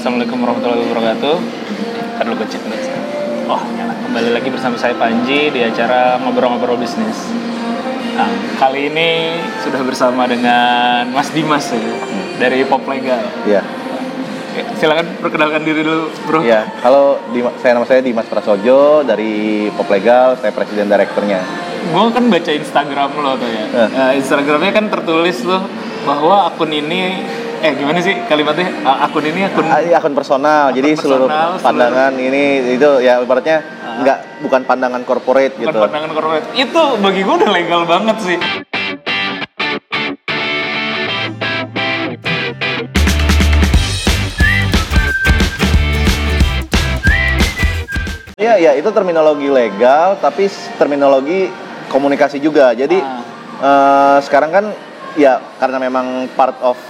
Assalamualaikum warahmatullahi wabarakatuh. Ntar lu gue cek dulu. Oh, nyala. Kembali lagi bersama saya Panji di acara Ngobrol-Ngobrol Bisnis. Nah, kali ini sudah bersama dengan Mas Dimas ya, dari Pop Legal. Iya. Silakan perkenalkan diri dulu, Bro. Iya, nama saya Dimas Prasojo dari Pop Legal, saya presiden direkturnya. Gue kan baca Instagram lo tuh ya. Instagramnya kan tertulis tuh bahwa akun ini gimana sih kalimatnya? Akun ini akun personal. Jadi seluruh pandangan ini itu ya ibaratnya bukan pandangan corporate gitu. Bukan pandangan corporate. Itu bagi gue udah legal banget sih. Iya, itu terminologi legal tapi terminologi komunikasi juga. Jadi sekarang kan ya karena memang part of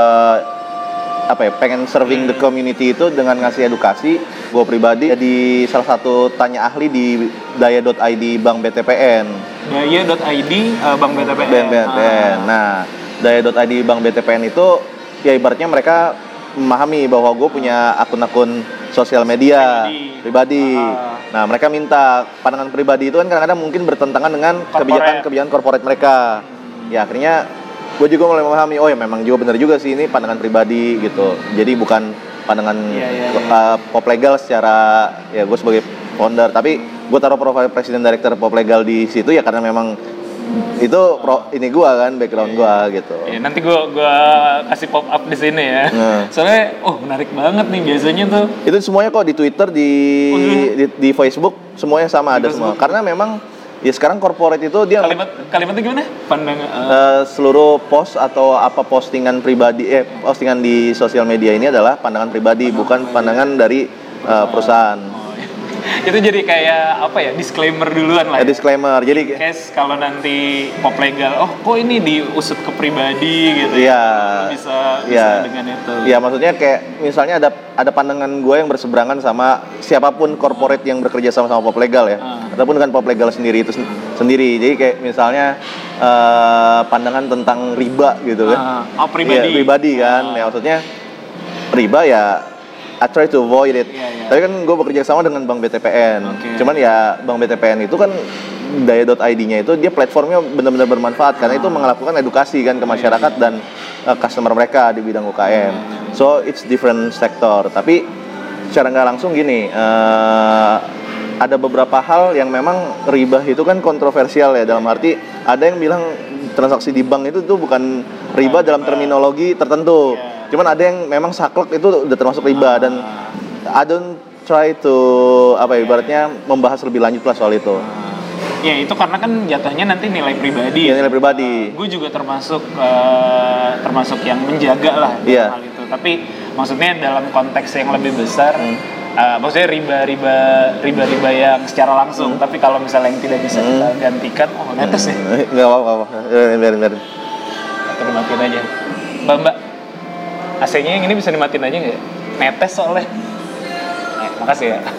pengen serving the community itu dengan ngasih edukasi. Gue pribadi jadi salah satu tanya ahli di daya.id Bank BTPN. Daya.id Bank BTPN. Nah, daya.id Bank BTPN itu ya ibaratnya mereka memahami bahwa gue punya akun-akun sosial media pribadi. Nah, mereka minta pandangan pribadi itu kan kadang-kadang mungkin bertentangan dengan kebijakan korporat mereka. Ya akhirnya gue juga mulai memahami, oh ya memang juga benar juga sih ini pandangan pribadi gitu. Jadi bukan pandangan Pop Legal secara ya gue sebagai founder, tapi gue taruh profil presiden director Pop Legal di situ ya karena memang itu ini gue kan background gue gitu. Ya, nanti gue kasih pop up di sini ya. Soalnya menarik banget nih biasanya tuh. Itu semuanya kok di Twitter, di Facebook semuanya sama ada semua. Karena memang ya sekarang corporate itu dia kalimatnya gimana? Seluruh post atau apa postingan pribadi postingan di sosial media ini adalah pandangan pribadi, bukan pandangan dari perusahaan. Itu jadi kayak disclaimer duluan lah. Disclaimer. Jadi case kalau nanti Pop Legal, kok ini diusut ke pribadi gitu. Iya. Bisa dengan itu. Iya, maksudnya kayak misalnya ada pandangan gue yang berseberangan sama siapapun corporate yang bekerja sama Pop Legal ya. Ataupun dengan Pop Legal sendiri itu sendiri. Jadi kayak misalnya pandangan tentang riba gitu kan. Pribadi. Ya, pribadi kan. Ya maksudnya riba ya I try to avoid it. Tapi kan gue bekerja sama dengan Bank BTPN. Cuman ya Bank BTPN itu kan daya.id-nya itu dia platformnya benar-benar bermanfaat karena itu melakukan edukasi kan ke masyarakat dan customer mereka di bidang UKM. So it's different sektor. Tapi secara nggak langsung gini, ada beberapa hal yang memang riba itu kan kontroversial ya, dalam arti ada yang bilang transaksi di bank itu tuh bukan riba dalam terminologi tertentu. Cuman ada yang memang saklek itu udah termasuk riba dan I don't try to ibaratnya membahas lebih lanjut lah soal itu. Ya itu karena kan jatuhnya nanti nilai pribadi. Nilai pribadi. Gue juga termasuk yang menjaga lah hal itu. Tapi maksudnya dalam konteks yang lebih besar, maksudnya riba yang secara langsung. Tapi kalau misalnya yang tidak bisa kita gantikan, netes ya. Nggak apa-apa. Biarin. Atau dimatiin aja. Mbak. AC-nya yang ini bisa dimatiin aja nggak? Netes soalnya. Makasih ya.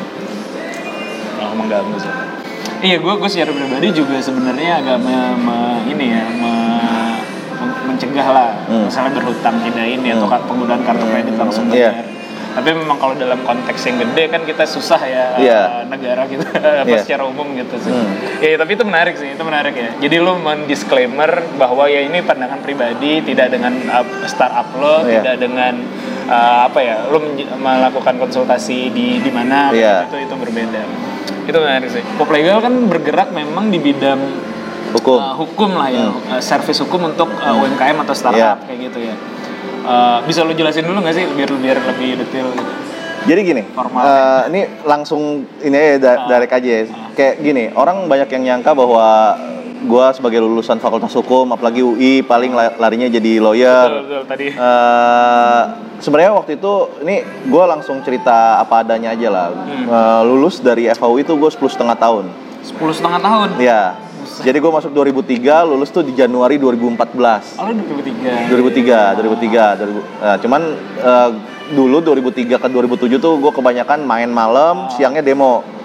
Mengganggu sih. Iya, gue secara pribadi juga sebenarnya agak mencegah lah. Misalnya berhutang tidak ini atau penggunaan kartu kredit langsung bayar. Tapi memang kalau dalam konteks yang gede kan kita susah ya negara kita secara umum gitu sih. Ya tapi itu menarik sih, ya. Jadi lo mendisclaimer bahwa ya ini pandangan pribadi, tidak dengan startup lo, tidak dengan lo melakukan konsultasi di mana itu berbeda. Itu menarik sih. Pop Legal kan bergerak memang di bidang hukum lah ya, service hukum untuk UMKM atau startup kayak gitu ya. Bisa lu jelasin dulu nggak sih biar lebih detail gitu? Jadi gini, ini langsung ini direct aja ya. Kayak gini, orang banyak yang nyangka bahwa gue sebagai lulusan Fakultas Hukum, apalagi UI, paling larinya jadi lawyer. Betul tadi. Sebenarnya waktu itu, ini gue langsung cerita apa adanya aja lah. Lulus dari FHUI itu gue 10,5 tahun. 10,5 tahun? Iya. Jadi gue masuk 2003, lulus tuh di Januari 2014. Oh, 2003. Cuman dulu 2003 ke 2007 tuh gue kebanyakan main malam, siangnya demo.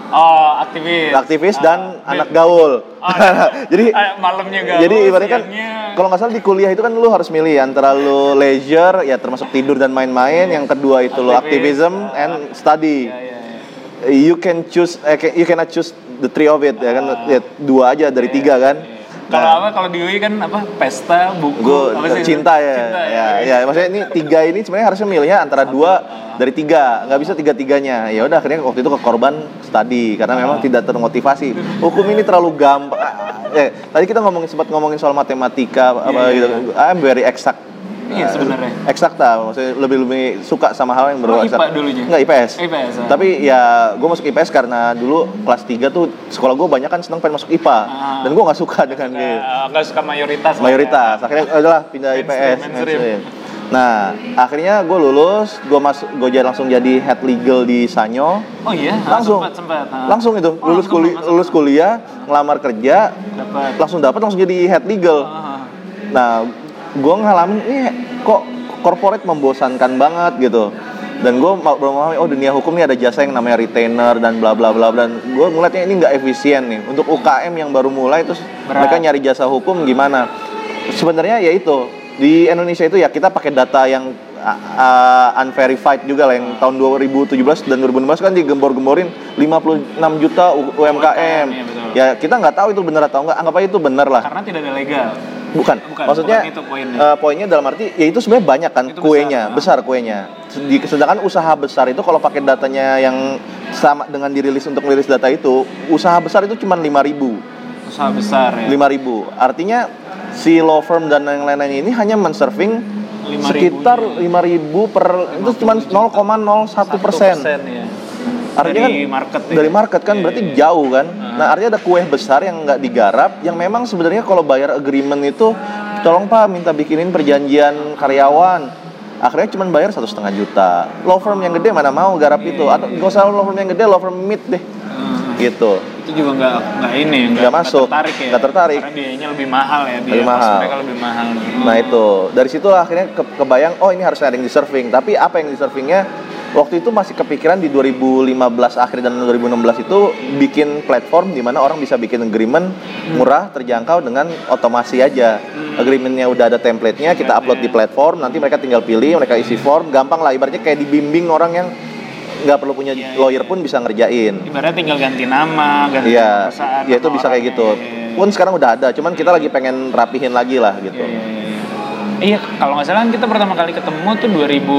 Oh, aktivis dan anak gaul. Jadi malamnya gaul. Jadi ibaratnya kan kalau nggak salah di kuliah itu kan lu harus milih antara lu leisure ya termasuk tidur dan main-main, yang kedua itu lu activism and study. You cannot choose the three of it ya kan, ya, dua aja dari tiga kan. Kalau di UI kan apa, pesta, buku, apa sih? Cinta ya. Maksudnya ini tiga ini sebenarnya harusnya milihnya antara dua dari tiga, nggak bisa tiga-tiganya. Ya udah akhirnya waktu itu ke korban study karena memang tidak termotivasi. Hukum ini terlalu gampang. Tadi kita sempat ngomongin soal matematika gitu. I'm very exact. Iya sebenarnya. Eksakta, maksudnya lebih suka sama hal yang berbahasa. IPA dulunya? Enggak, IPS. Tapi ya gue masuk IPS karena dulu kelas 3 tuh sekolah gue banyak kan seneng pengen masuk IPA. Dan gue nggak suka dengan gitu. Nggak suka mayoritas. Akhirnya udahlah pindah IPS. Nah, akhirnya gue lulus, gue langsung jadi head legal di Sanyo. Oh iya? Sempat. Langsung itu, lulus kuliah, ngelamar kerja, langsung jadi head legal. Nah, gue ngalamin ini kok corporate membosankan banget gitu, dan gue baru memahami dunia hukum ini ada jasa yang namanya retainer dan bla bla bla, dan gue ngeliatnya ini nggak efisien nih untuk UKM yang baru mulai terus mereka nyari jasa hukum gimana. Sebenarnya ya itu di Indonesia itu ya kita pakai data yang unverified juga lah, yang tahun 2017 dan 2016 kan digembor-gemborin 56 juta UMKM. Ya kita nggak tahu itu benar atau nggak, anggap aja itu benar lah. Karena tidak ada legal. Bukan. Maksudnya poinnya dalam arti ya itu sebenarnya banyak kan, itu besar kuenya. Sedangkan usaha besar itu kalau pakai datanya yang sama dengan dirilis untuk merilis data itu, usaha besar itu cuma 5.000. Usaha besar ya. 5.000. Artinya si law firm dan yang lain-lain ini hanya men-serving sekitar 5.000 per, itu cuma 0,01%. Ya. Artinya dari market kan berarti jauh kan. Nah artinya ada kue besar yang nggak digarap, yang memang sebenarnya kalau bayar agreement itu tolong Pak minta bikinin perjanjian karyawan, akhirnya cuma bayar 1,5 juta. Law firm yang gede mana mau garap itu, atau nggak usah law firm yang gede, law firm mid deh gitu. Itu juga nggak masuk, nggak tertarik karena biayanya lebih mahal ya, mereka lebih mahal. Nah itu dari situ akhirnya kebayang ini harus ada yang di-serving, tapi apa yang di-servingnya waktu itu masih kepikiran di 2015 akhir dan 2016 itu bikin platform di mana orang bisa bikin agreement murah, terjangkau dengan otomasi aja. Agreementnya udah ada template-nya, kita upload di platform, nanti mereka tinggal pilih, mereka isi form, gampang lah, ibaratnya kayak dibimbing orang yang nggak perlu punya lawyer pun bisa ngerjain. Ibaratnya tinggal ganti nama, ganti perusahaan. Iya itu bisa kayak gitu. Pun sekarang udah ada, cuman kita lagi pengen rapihin lagi lah gitu. Iya, kalau nggak salah kita pertama kali ketemu tuh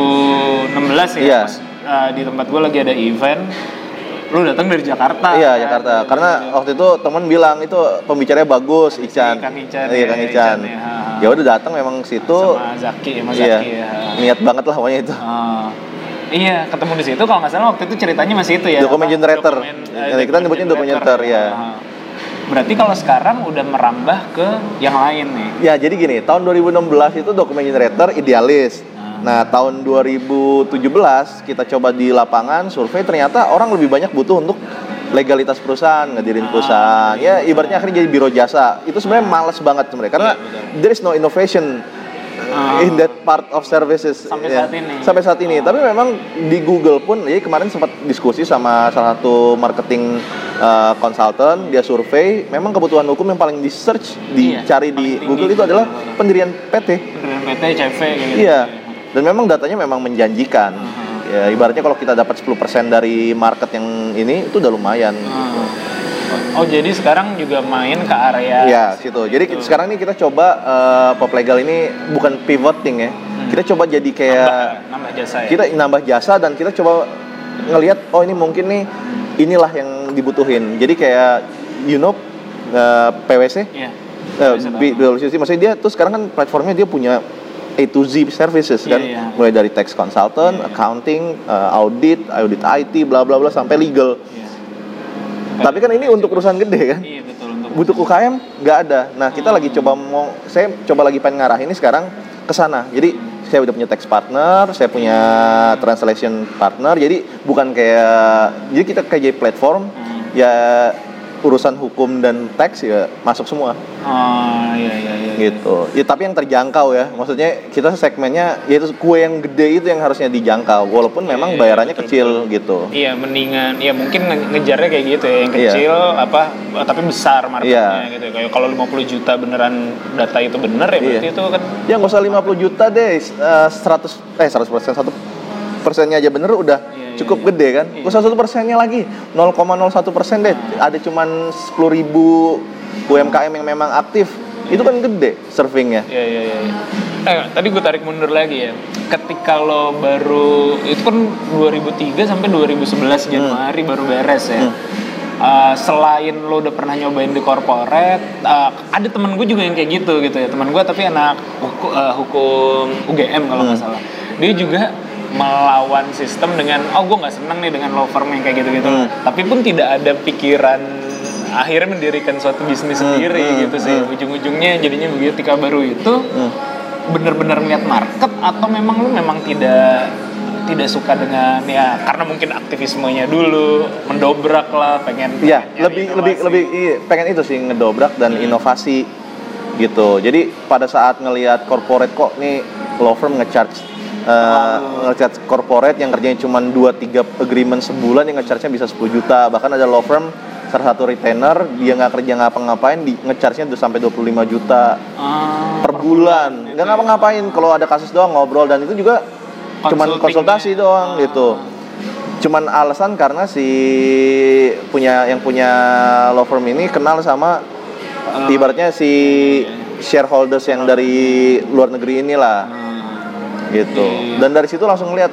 2016 ya. Pas, di tempat gue lagi ada event. Lu datang dari Jakarta. Iya, kan? Jakarta. Karena waktu itu teman bilang itu pembicaranya bagus, Ican. Kang Ican. Iya, Kang Ican. Ya udah datang memang situ. Sama Zaki, ya. Niat banget lah pokoknya itu. Iya, ketemu di situ kalau nggak salah waktu itu ceritanya masih itu ya. Dokumen generator. Kita nyebutnya dokumen generator ya. Berarti kalau sekarang udah merambah ke yang lain nih. Ya, jadi gini, tahun 2016 itu dokumen generator idealis. Nah, tahun 2017 kita coba di lapangan survei, ternyata orang lebih banyak butuh untuk legalitas perusahaan, ngadirin perusahaan. Ya, ibaratnya akhirnya jadi biro jasa. Itu sebenarnya malas banget sebenarnya karena there is no innovation in that part of services sampai saat ini. Tapi memang di Google pun, jadi kemarin sempat diskusi sama salah satu marketing consultant, dia survei, memang kebutuhan hukum yang paling di search, dicari di Google itu adalah pendirian PT, CV gitu. Iya. Dan memang datanya memang menjanjikan. Ya, ibaratnya kalau kita dapat 10% dari market yang ini itu udah lumayan. Oh, jadi sekarang juga main ke area situ. Jadi sekarang ini kita coba Pop Legal ini bukan pivoting ya. Kita coba jadi kayak nambah jasa ya. Kita nambah jasa dan kita coba ngelihat ini mungkin nih inilah yang dibutuhin. Jadi kayak PwC. Iya. Maksudnya dia tuh sekarang kan platformnya dia punya A to Z services kan, mulai dari tax consultant, accounting, audit IT, bla bla bla sampai legal. Tapi kan ini untuk perusahaan gede kan. Iya betul. Untuk UKM nggak ada. Nah kita lagi saya coba lagi pengen ngarah ini sekarang ke sana. Jadi saya udah punya tax partner, saya punya translation partner. Jadi bukan jadi kita kayak jadi platform ya, urusan hukum dan tax ya masuk semua. Iya. Gitu. Ya, tapi yang terjangkau ya. Maksudnya kita segmennya yaitu kue yang gede itu yang harusnya dijangkau. Walaupun memang bayarannya kecil gitu. Iya, mendingan ya mungkin ngejarnya kayak gitu ya, yang kecil tapi besar marketnya gitu. Kayak kalau 50 juta beneran data itu bener ya berarti itu kan. Ya nggak usah 50 juta deh, 100%, 1%nya aja bener udah cukup gede kan. Nggak usah 1%-nya lagi, 0,01% deh. Ada cuman 10.000 UMKM yang memang aktif, itu kan gede surfingnya. Iya. Tadi gue tarik mundur lagi ya. Ketika lo baru, itu kan 2003 sampai 2011 Januari baru beres ya. Selain lo udah pernah nyobain di corporate, ada temen gue juga yang kayak gitu ya. Temen gue tapi anak hukum UGM kalau nggak salah. Dia juga melawan sistem dengan, gue nggak seneng nih dengan law firm yang kayak gitu-gitu. Tapi pun tidak ada pikiran akhirnya mendirikan suatu bisnis sendiri gitu sih. Ujung-ujungnya jadinya begitu. Ketika baru itu benar-benar ngeliat market atau memang lu tidak suka dengan ya karena mungkin aktivismenya dulu mendobrak lah, pengen lebih pengen itu sih, ngedobrak dan inovasi gitu. Jadi pada saat ngelihat corporate kok nih law firm ngecharge corporate yang kerjanya cuma 2-3 agreement sebulan yang ngecharge-nya bisa 10 juta. Bahkan ada law firm salah satu retainer dia nggak kerja ngapa-ngapain ngecharge-nya udah sampai 25 juta per bulan. Nggak ngapa-ngapain, kalau ada kasus doang ngobrol, dan itu juga cuman konsultasi doang gitu. Cuman alasan karena si yang punya law firm ini kenal sama ibaratnya si shareholders yang dari luar negeri inilah gitu. Dan dari situ langsung lihat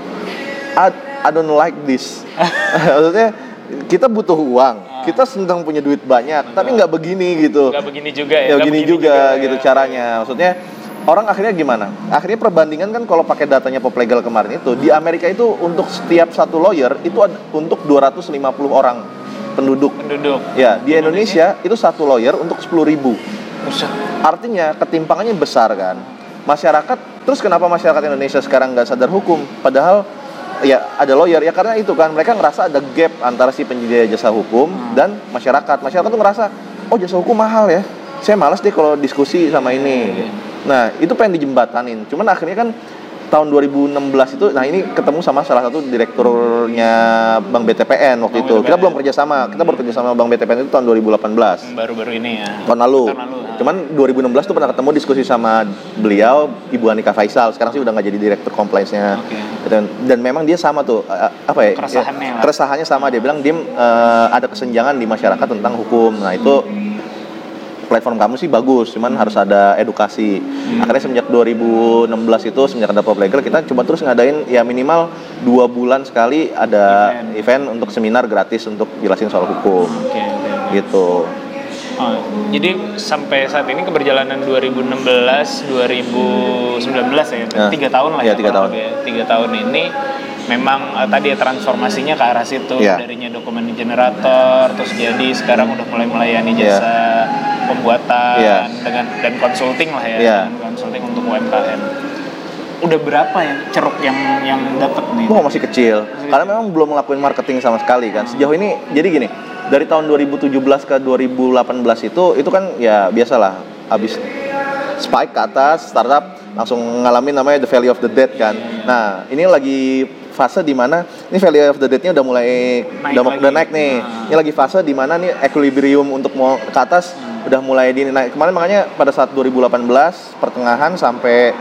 I don't like this. Maksudnya kita butuh uang, kita senang punya duit banyak, tapi nggak begini gitu. Nggak begini juga ya. Begini juga gitu caranya. Maksudnya orang akhirnya gimana? Akhirnya perbandingan kan kalau pakai datanya Poplegal kemarin itu, di Amerika itu untuk setiap satu lawyer itu untuk 250 orang penduduk. Ya, di Indonesia itu satu lawyer untuk 10.000. Artinya ketimpangannya besar kan. Masyarakat, terus kenapa masyarakat Indonesia sekarang nggak sadar hukum? Padahal ya ada lawyer ya, karena itu kan mereka ngerasa ada gap antara si penyedia jasa hukum dan masyarakat tuh ngerasa jasa hukum mahal ya, saya malas deh kalau diskusi sama ini. Nah itu pengen dijembatanin, cuman akhirnya kan tahun 2016 itu, nah ini ketemu sama salah satu direkturnya Bank BTPN waktu itu. Kita belum kerjasama, kita baru kerjasama Bank BTPN itu tahun 2018. Baru-baru ini ya. Tahun lalu. Cuman 2016 tuh pernah ketemu diskusi sama beliau, Ibu Anika Faisal. Sekarang sih udah nggak jadi direktur compliance-nya. Dan memang dia sama tuh, keresahannya sama. Dia bilang dia ada kesenjangan di masyarakat tentang hukum. Nah itu platform kamu sih bagus, cuman harus ada edukasi. Akhirnya semenjak 2016 itu, semenjak ada Poplegal, kita coba terus ngadain ya minimal 2 bulan sekali ada event untuk seminar gratis untuk jelasin soal hukum. Gitu. Jadi sampai saat ini keberjalanan 2016-2019 ya, 3 tahun lah ya. 3 tahun ini memang tadi ya transformasinya ke arah situ. Darinya dokumen generator, terus jadi sekarang udah mulai melayani jasa pembuatan dan konsulting lah ya, konsulting untuk UMKM. Udah berapa yang ceruk yang dapat nih? Masih kecil. Karena memang belum ngelakuin marketing sama sekali kan. Sejauh ini jadi gini, dari tahun 2017 ke 2018 itu kan ya biasalah, habis spike ke atas, startup langsung ngalamin namanya the valley of the dead kan. Nah, ini lagi fase di mana ini valley of the dead-nya udah mulai naik nih. Ini lagi fase di mana nih equilibrium untuk mau ke atas udah mulai naik. Kemarin makanya pada saat 2018 pertengahan sampai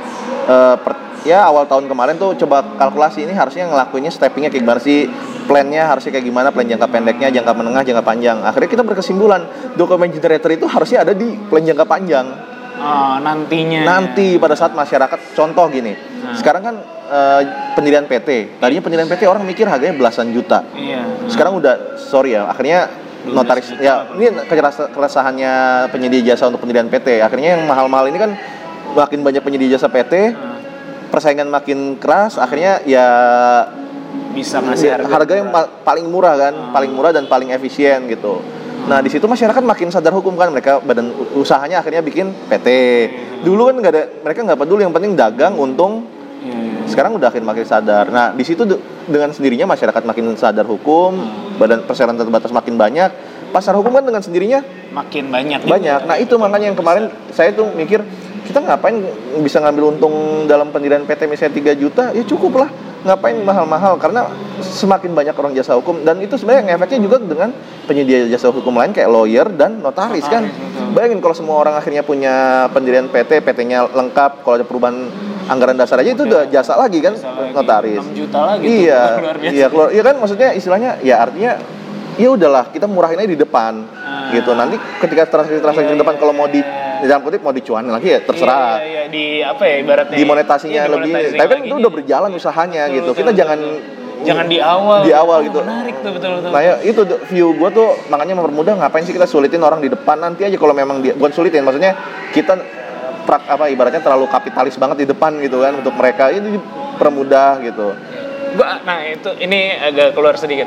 awal tahun kemarin tuh coba kalkulasi ini harusnya ngelakuinnya steppingnya kayak gimana sih, plannya harusnya kayak gimana, plan jangka pendeknya, jangka menengah, jangka panjang. Akhirnya kita berkesimpulan dokumen generator itu harusnya ada di plan jangka panjang. Nanti pada saat masyarakat, contoh gini, sekarang kan pendirian PT, tadinya pendirian PT orang mikir harganya belasan juta. Sekarang udah akhirnya notaris ini keresahannya penyedia jasa untuk pendirian PT. Akhirnya yang mahal-mahal ini kan makin banyak penyedia jasa PT, persaingan makin keras, akhirnya ya bisa ngasih harga yang paling murah kan, paling murah dan paling efisien gitu. Nah di situ masyarakat makin sadar hukum kan, mereka badan usahanya akhirnya bikin PT. Dulu kan mereka nggak peduli, yang penting dagang, untung. Sekarang udah makin sadar. Nah di situ dengan sendirinya masyarakat makin sadar hukum, badan perseroan terbatas makin banyak, pasar hukum kan dengan sendirinya makin banyak. Nah itu makanya yang kemarin saya tuh mikir, kita ngapain bisa ngambil untung dalam pendirian PT misalnya 3 juta, ya cukup lah, ngapain mahal-mahal, karena semakin banyak orang jasa hukum, dan itu sebenarnya efeknya juga dengan penyedia jasa hukum lain kayak lawyer dan notaris kan. Bayangin kalau semua orang akhirnya punya pendirian PT-nya lengkap, kalau ada perubahan anggaran dasar aja itu udah jasa lagi kan, notaris 6 juta lagi keluar. Iya kan, maksudnya istilahnya ya artinya ya udahlah kita murahin aja di depan gitu. Nanti ketika transaksi di depan kalau mau di dalam kutip mau dicuanin lagi ya terserah. Di apa ya ibaratnya? Dimonetasinya lebih. Tapi kan itu udah berjalan usahanya gitu. Kita jangan di awal gitu. Menarik tuh betul. Nah ya, itu view gue tuh makanya mempermudah, ngapain sih kita sulitin orang di depan, nanti aja kalau memang dia bukan sulitin, maksudnya kita ibaratnya terlalu kapitalis banget di depan gitu kan untuk mereka, itu permudah gitu. Nah itu ini agak keluar sedikit.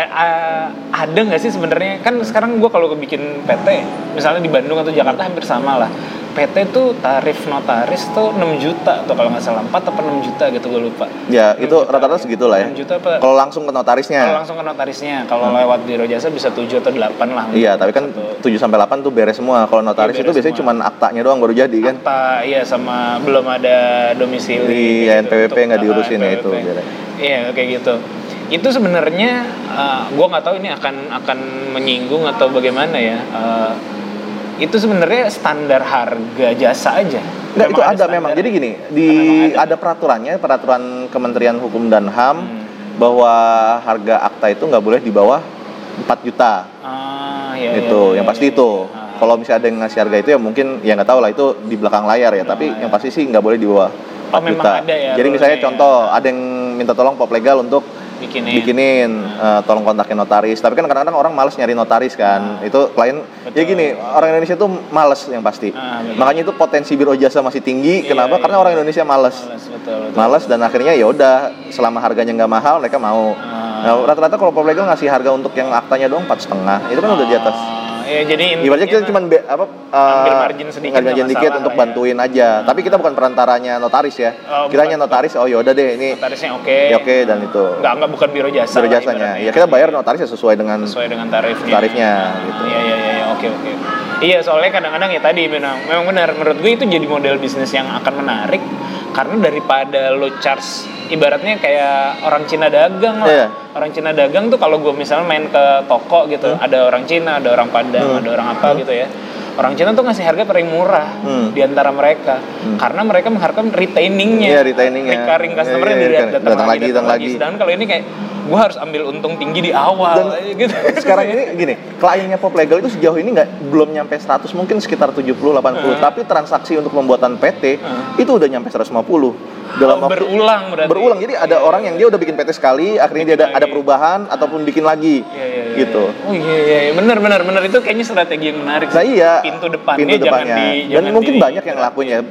Ada nggak sih sebenarnya, kan sekarang gue kalau bikin PT misalnya di Bandung atau Jakarta hampir sama lah. PT tuh tarif notaris tuh 6 juta tuh kalau nggak salah, 4 atau 6 juta gitu, gue lupa. Ya itu rata-rata segitu lah ya. 6 juta apa? Kalau langsung ke notarisnya. Kalau lewat biro jasa bisa 7 atau 8 lah. Iya, tapi kan 7 sampai 8 tuh beres semua. Kalau notaris itu biasanya cuma aktanya doang baru jadi kan. Akta, iya, sama belum ada domisili. Iya, NPWP nggak diurusin ya itu. Iya, kayak gitu. Itu sebenarnya gue nggak tahu ini akan menyinggung atau bagaimana ya. Itu sebenarnya standar harga jasa aja. Nggak, itu ada memang. Jadi gini, ada peraturan Kementerian Hukum dan HAM bahwa harga akta itu nggak boleh di bawah 4 juta. Yang pasti itu. Kalau misalnya ada yang ngasih harga itu ya mungkin ya nggak tahu lah, itu di belakang layar ya. Tapi yang pasti sih nggak boleh di bawah 4 juta. Jadi misalnya contoh ada yang minta tolong Pop Legal untuk bikinin tolong kontakin notaris. Tapi kan kadang-kadang orang malas nyari notaris kan. Itu klien ya gini, orang Indonesia tuh malas yang pasti. Makanya itu potensi biro jasa masih tinggi. Kenapa? Karena orang Indonesia malas. Malas, dan akhirnya ya udah, selama harganya nggak mahal mereka mau. Nah, rata-rata kalau Pop Legal ngasih harga untuk yang aktanya doang 4,5. Itu kan udah di atas. Ya, jadi ibaratnya kita cuma ambil margin sedikit untuk bantuin aja. Tapi kita bukan perantaranya notaris ya. Kita hanya notaris. Oh yaudah deh, ini notarisnya oke dan itu. Enggak bukan biro jasa. Biro jasanya. Ya kita bayar notaris sesuai dengan tarifnya gitu. Iya, oke. Iya, soalnya kadang-kadang ya tadi memang benar, menurut gue itu jadi model bisnis yang akan menarik, karena daripada lo charge ibaratnya kayak orang Cina dagang lah. Yeah. Orang Cina dagang tuh kalau gue misalnya main ke toko gitu, ada orang Cina, ada orang Padang, ada orang apa gitu ya. Orang Cina tuh ngasih harga paling murah di antara mereka, karena mereka mengharapkan retainingnya, recurring customer yang datang lagi. Sedangkan kalau ini kayak gue harus ambil untung tinggi di awal. Dan gitu. Sekarang ini gini, kliennya Pop Legal itu sejauh ini belum nyampe 100, mungkin sekitar 70-80. Tapi transaksi untuk pembuatan PT itu udah nyampe 150. Dalam waktu berulang. Jadi ada orang yang dia udah bikin PT sekali, akhirnya dia ada perubahan ataupun bikin lagi. Gitu. Oh iya, benar itu kayaknya strategi yang menarik. Nah iya, pintu depannya. Dan mungkin banyak yang ngelakuin ya.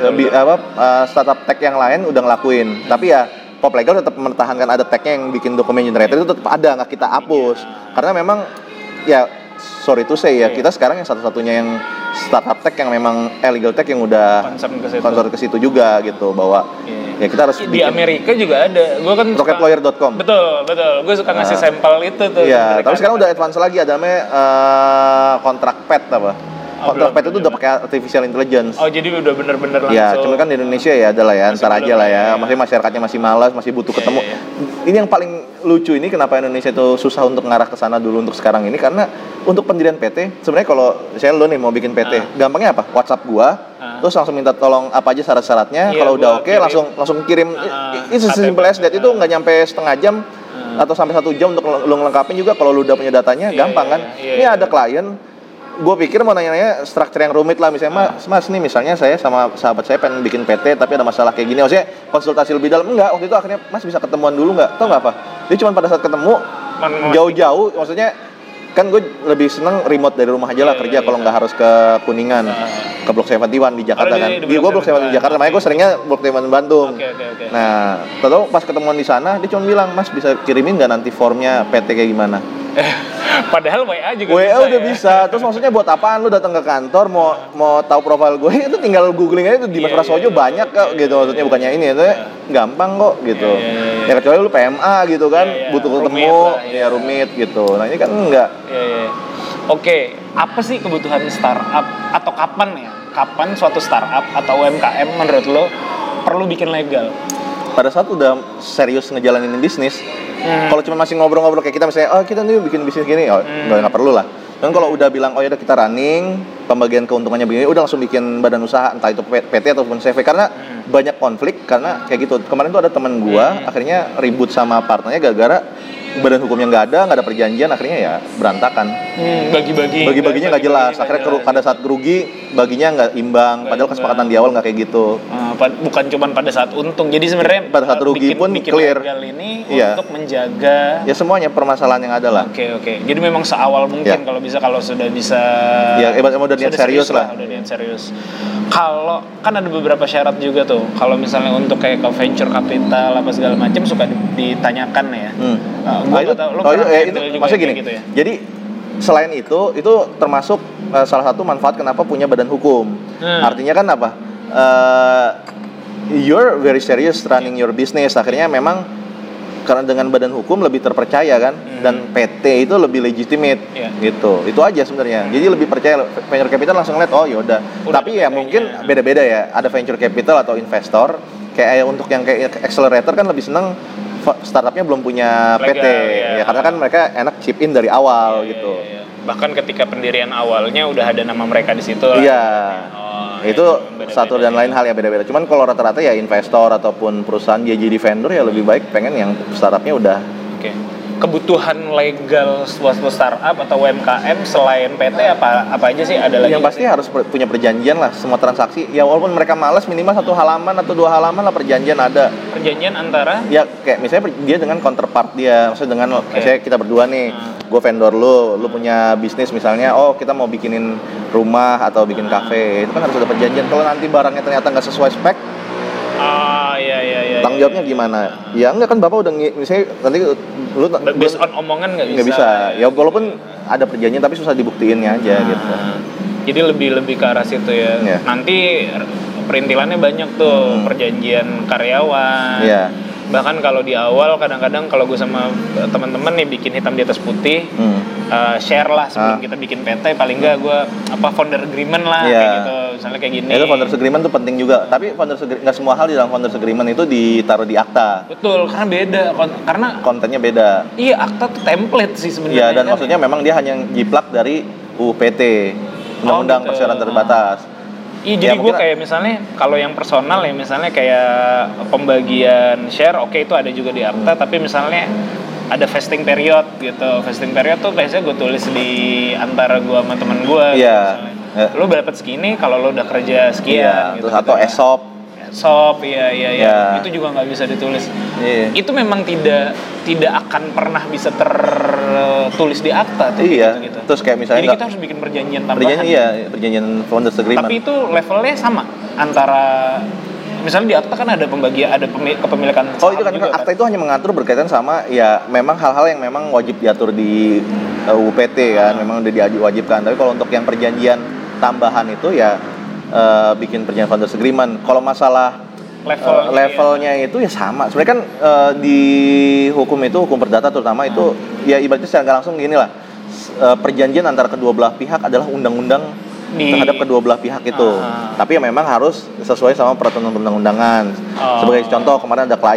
Startup tech yang lain udah ngelakuin. Tapi ya Pop Legal tetap mempertahankan ada tag-nya yang bikin dokumen generator itu tetap ada, nggak kita hapus. Karena memang ya sorry to say ya, kita sekarang yang satu-satunya yang startup tech yang memang legal tech yang udah concern ke situ juga gitu, bahwa ya kita harus di Amerika juga ada. Gua kan rocketlawyer.com. Betul. Gue suka ngasih sampel itu tuh. Iya, tapi sekarang udah advance lagi, ada namanya kontrak pet apa? Kontrak pet itu udah pakai artificial intelligence. Oh, jadi udah bener-bener langsung. Ya, cuma kan di Indonesia ya adalah ya, ntar aja lah ya. Masih masyarakatnya masih malas, masih butuh ketemu. Ini yang paling lucu ini, kenapa Indonesia itu susah untuk ngarah ke sana dulu untuk sekarang ini, karena untuk pendirian PT sebenarnya kalau saya lo nih mau bikin PT, gampangnya apa? WhatsApp gua, terus langsung minta tolong apa aja syarat-syaratnya, kalau udah oke langsung kirim. Itu sesimpel as that, itu nggak nyampe setengah jam atau sampai 1 jam untuk lo ngelengkapin juga. Kalau lo udah punya datanya gampang kan. Ini ada klien, gue pikir mau nanya-nanya struktur yang rumit lah, misalnya mas nih misalnya saya sama sahabat saya pengen bikin PT tapi ada masalah kayak gini, maksudnya konsultasi lebih dalam. Enggak, waktu itu akhirnya mas bisa ketemuan dulu nggak, tau nggak apa, dia cuma pada saat ketemu jauh-jauh, maksudnya kan gue lebih seneng remote dari rumah aja lah kerja, kalau nggak harus ke Kuningan, ke Blok 71 di Jakarta kan. Gue Blok 71 di Jakarta, makanya gue seringnya Blok 71 Bandung. Nah, tahu pas ketemuan di sana dia cuma bilang, mas bisa kirimin nggak nanti formnya PT kayak gimana? Padahal WA juga udah bisa. Terus maksudnya buat apaan lu datang ke kantor mau tahu profil gue, itu tinggal googling aja tuh di Mas Prasojo banyak kok gitu, maksudnya bukannya ini itu gampang kok gitu. Ya kecuali lu PMA gitu kan, butuh ketemu ya rumit gitu. Nah ini kan enggak. Oke, apa sih kebutuhan startup atau kapan suatu startup atau UMKM menurut lo perlu bikin legal? Pada saat udah serius ngejalanin bisnis. Kalau cuma masih ngobrol-ngobrol kayak kita misalnya, kita nih bikin bisnis gini, nggak perlu lah. Dan kalau udah bilang, ya udah kita running, pembagian keuntungannya begini, udah langsung bikin badan usaha, entah itu PT ataupun CV, karena banyak konflik, karena kayak gitu. Kemarin tuh ada temen gua, akhirnya ribut sama partnernya gara-gara badan hukumnya nggak ada perjanjian, akhirnya ya berantakan. Baginya nggak jelas. Akhirnya pada saat rugi baginya nggak imbang. Padahal kesepakatan di awal nggak kayak gitu. Bukan cuma pada saat untung. Jadi sebenarnya pada saat rugi pun clear. Ini untuk menjaga. Ya semuanya permasalahan yang ada lah. Oke. Jadi memang seawal mungkin kalau sudah bisa. Ya udah niat serius lah. Udah niat serius. Kalau kan ada beberapa syarat juga tuh. Kalau misalnya untuk kayak ke venture capital apa segala macam suka ditanyakan ya. Itu maksudnya gini. Gitu ya? Jadi selain itu termasuk salah satu manfaat kenapa punya badan hukum. Artinya kan apa? You're very serious running your business. Akhirnya memang karena dengan badan hukum lebih terpercaya kan, dan PT itu lebih legitimate gitu. Itu aja sebenarnya. Jadi lebih percaya. Venture capital langsung lihat, yaudah. Tapi ya mungkin beda-beda ya. Ada venture capital atau investor. Kayak untuk yang kayak accelerator kan lebih seneng startupnya belum punya PT karena kan mereka enak chip in dari awal gitu. Bahkan ketika pendirian awalnya udah ada nama mereka di situ lah. Itu satu dan lain hal ya, beda-beda. Cuman kalau rata-rata ya investor ataupun perusahaan dia jadi vendor ya lebih baik pengen yang startupnya udah. Kebutuhan legal suatu startup atau UMKM selain PT apa aja sih, ada lagi? Yang pasti harus punya perjanjian lah, semua transaksi. Ya walaupun mereka malas, minimal 1 halaman atau 2 halaman lah perjanjian ada. Perjanjian antara? Ya kayak misalnya dia dengan counterpart dia, maksudnya dengan misalnya kita berdua nih, gue vendor lu punya bisnis misalnya, kita mau bikinin rumah atau bikin kafe, itu kan harus ada perjanjian. Kalau nanti barangnya ternyata nggak sesuai spek, tanggung jawabnya gimana? Ya enggak kan bapak udah misalnya nanti lu based on omongan nggak bisa. Ya walaupun ada perjanjian tapi susah dibuktiinnya aja gitu. Jadi lebih ke arah situ ya. Nanti perintilannya banyak tuh, perjanjian karyawan. Bahkan kalau di awal kadang-kadang kalau gue sama teman-teman nih bikin hitam di atas putih, share lah sebelum kita bikin PT, paling enggak gue founder agreement lah kayak gitu, misalnya kayak gini. Itu founders agreement tuh penting juga, tapi founders nggak semua hal di dalam founders agreement itu ditaruh di akta. Betul, karena beda, karena kontennya beda. Iya, akta tuh template sih sebenarnya. Iya, dan maksudnya memang dia hanya jiplak dari UPT, Undang-Undang Persyaratan Terbatas. Iya, jadi gue kayak misalnya kalau yang personal ya, misalnya kayak pembagian share, itu ada juga di akta, tapi misalnya ada vesting period gitu. Vesting period tuh biasanya gue tulis di antara gue sama teman gue. Lo dapat segini kalau lo udah kerja sekian. Gitu, atau ESOP. Itu juga nggak bisa ditulis. Itu memang tidak akan pernah bisa tertulis di akta. Gitu. Terus kayak misalnya. Jadi kita harus bikin perjanjian tambahan. Perjanjian founders agreement. Tapi itu levelnya sama antara. Misalnya di akta kan ada pembagian, ada kepemilikan. Itu kan juga, akta itu hanya mengatur berkaitan sama memang hal-hal yang memang wajib diatur di UPT kan, memang udah diwajibkan. Tapi kalau untuk yang perjanjian tambahan itu bikin perjanjian founders agreement. Kalau masalah levelnya itu ya sama. Sebenarnya kan di hukum itu, hukum perdata terutama itu ya ibaratnya secara nggak langsung gini lah. Perjanjian antara kedua belah pihak adalah undang-undang terhadap kedua belah pihak itu. Tapi ya memang harus sesuai sama peraturan perundang-undangan. Sebagai contoh kemarin ada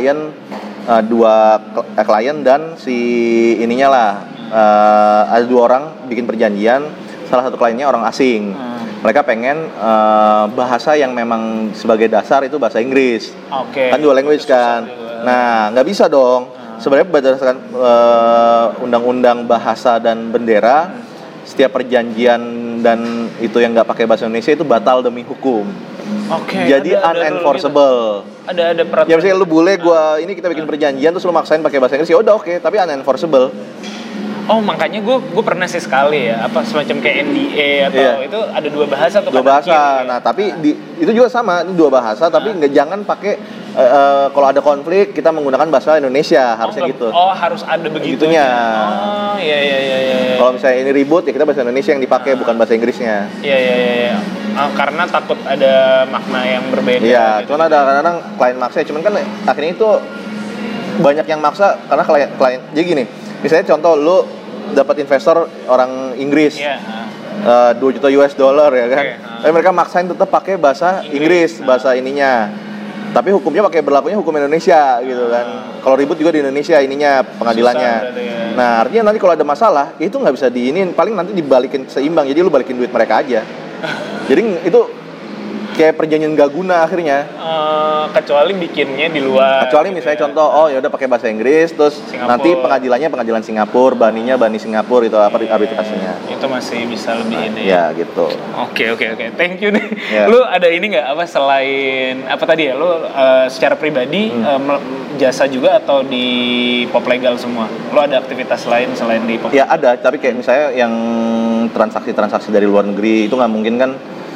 klien dan si ininya lah, ada 2 orang bikin perjanjian. Salah satu kliennya orang asing. Mereka pengen bahasa yang memang sebagai dasar itu bahasa Inggris. Kan dual language kan. Nah, nggak bisa dong. Sebenarnya berdasarkan undang-undang bahasa dan bendera, setiap perjanjian dan itu yang nggak pakai bahasa Indonesia itu batal demi hukum. Jadi unenforceable. Ada peraturan. Ya misalnya lu bule, ini kita bikin perjanjian terus lu maksain pakai bahasa Inggris, ya udah oke, tapi unenforceable. Makanya gue pernah sih sekali semacam kayak NDA atau itu ada 2 bahasa atau 2 bahasa. Nah, tapi itu juga sama, ini 2 bahasa tapi jangan pakai kalau ada konflik kita menggunakan bahasa Indonesia, harusnya gitu. Harus ada begitunya. Iya. Kalau misalnya ini ribut ya kita bahasa Indonesia yang dipakai, bukan bahasa Inggrisnya. Iya. Karena takut ada makna yang berbeda. Iya, gitu. Cuman ada kadang-kadang klien maksa, cuman kan akhirnya itu banyak yang maksa karena klien. Jadi gini, misalnya contoh lu dapat investor orang Inggris. Iya. 2 juta US dollar ya kan. Tapi mereka maksain tetap pakai bahasa Inggris, bahasa ininya. Tapi hukumnya berlakunya hukum Indonesia gitu kan. Kalau ribut juga di Indonesia ininya pengadilannya. Ya. Nah, artinya nanti kalau ada masalah, itu nggak bisa diinin, paling nanti dibalikin seimbang. Jadi lu balikin duit mereka aja. Jadi itu kayak perjanjian gak guna akhirnya. Kecuali bikinnya di luar. Kecuali misalnya contoh, ya udah pakai bahasa Inggris, terus Singapura. Nanti pengadilan Singapura, bani Singapura itu arbitrasinya. Itu masih bisa lebih ini. Ya gitu. Oke. Thank you nih. Yeah. Lu ada ini nggak apa selain apa tadi ya? Lu secara pribadi jasa juga atau di Pop Legal semua? Lu ada aktivitas lain selain di Pop? Ya ada, tapi kayak misalnya yang transaksi dari luar negeri itu nggak mungkin kan.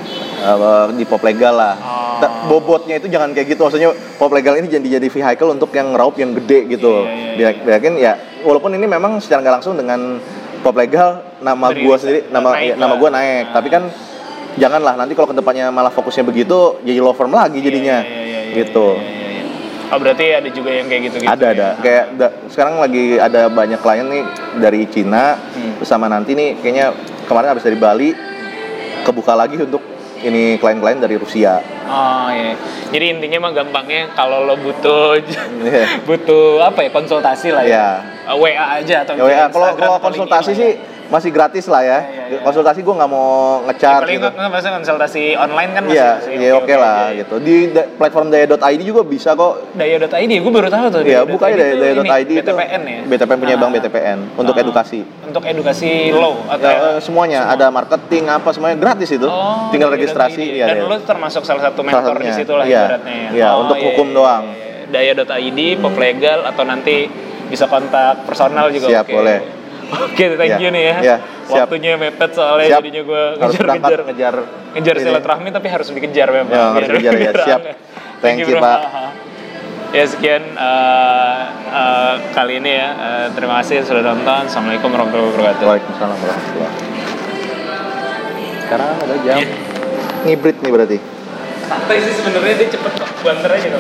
Di Pop Legal lah. Bobotnya itu jangan kayak gitu. Maksudnya Pop Legal ini jadi vehicle untuk yang raup yang gede gitu. Biarkan ya walaupun ini memang secara nggak langsung dengan Pop Legal nama gue sendiri nama gue naik. Tapi kan janganlah nanti kalau kedepannya malah fokusnya begitu jadi law firm lagi jadinya. Gitu. Oh berarti ada juga yang kayak gitu. Ada. Kayak sekarang lagi ada banyak klien nih dari Cina sama nanti nih kayaknya kemarin habis dari Bali kebuka lagi untuk ini klien-klien dari Rusia. Oh iya. Jadi intinya mah gampangnya kalau lo butuh butuh apa ya konsultasi lah ya. WA aja atau WA. Kalau konsultasi sih masih gratis lah ya. Konsultasi gue nggak mau nge-charge. Paling nggak maksudnya konsultasi online kan masih. Iya, oke lah gitu. Di platform daya.id juga bisa kok. Daya.id, gue baru tahu tuh. Iya, buka aja daya.id itu. BTPN ya. BTPN punya bank BTPN untuk edukasi. Untuk edukasi lo atau semuanya ada marketing apa semuanya gratis itu. Tinggal registrasi. Dan lo termasuk salah satu mentor di situ lah ibaratnya. Iya, untuk hukum doang. Daya.id, Pop Legal atau nanti bisa kontak personal juga. Siap, boleh. Oke, thank you nih ya. Waktunya mepet soalnya jadinya gue ngejar silaturahmi tapi harus dikejar memang. Ya, harus dikejar ya. Siap. Thank you, Pak. Ya sekian kali ini ya. Terima kasih sudah nonton. Assalamualaikum warahmatullahi wabarakatuh. Waalaikumsalam warahmatullahi wabarakatuh. Sekarang ada jam ngibrit nih berarti. Santai sih sebenarnya dia cepet kok. Banter aja dong.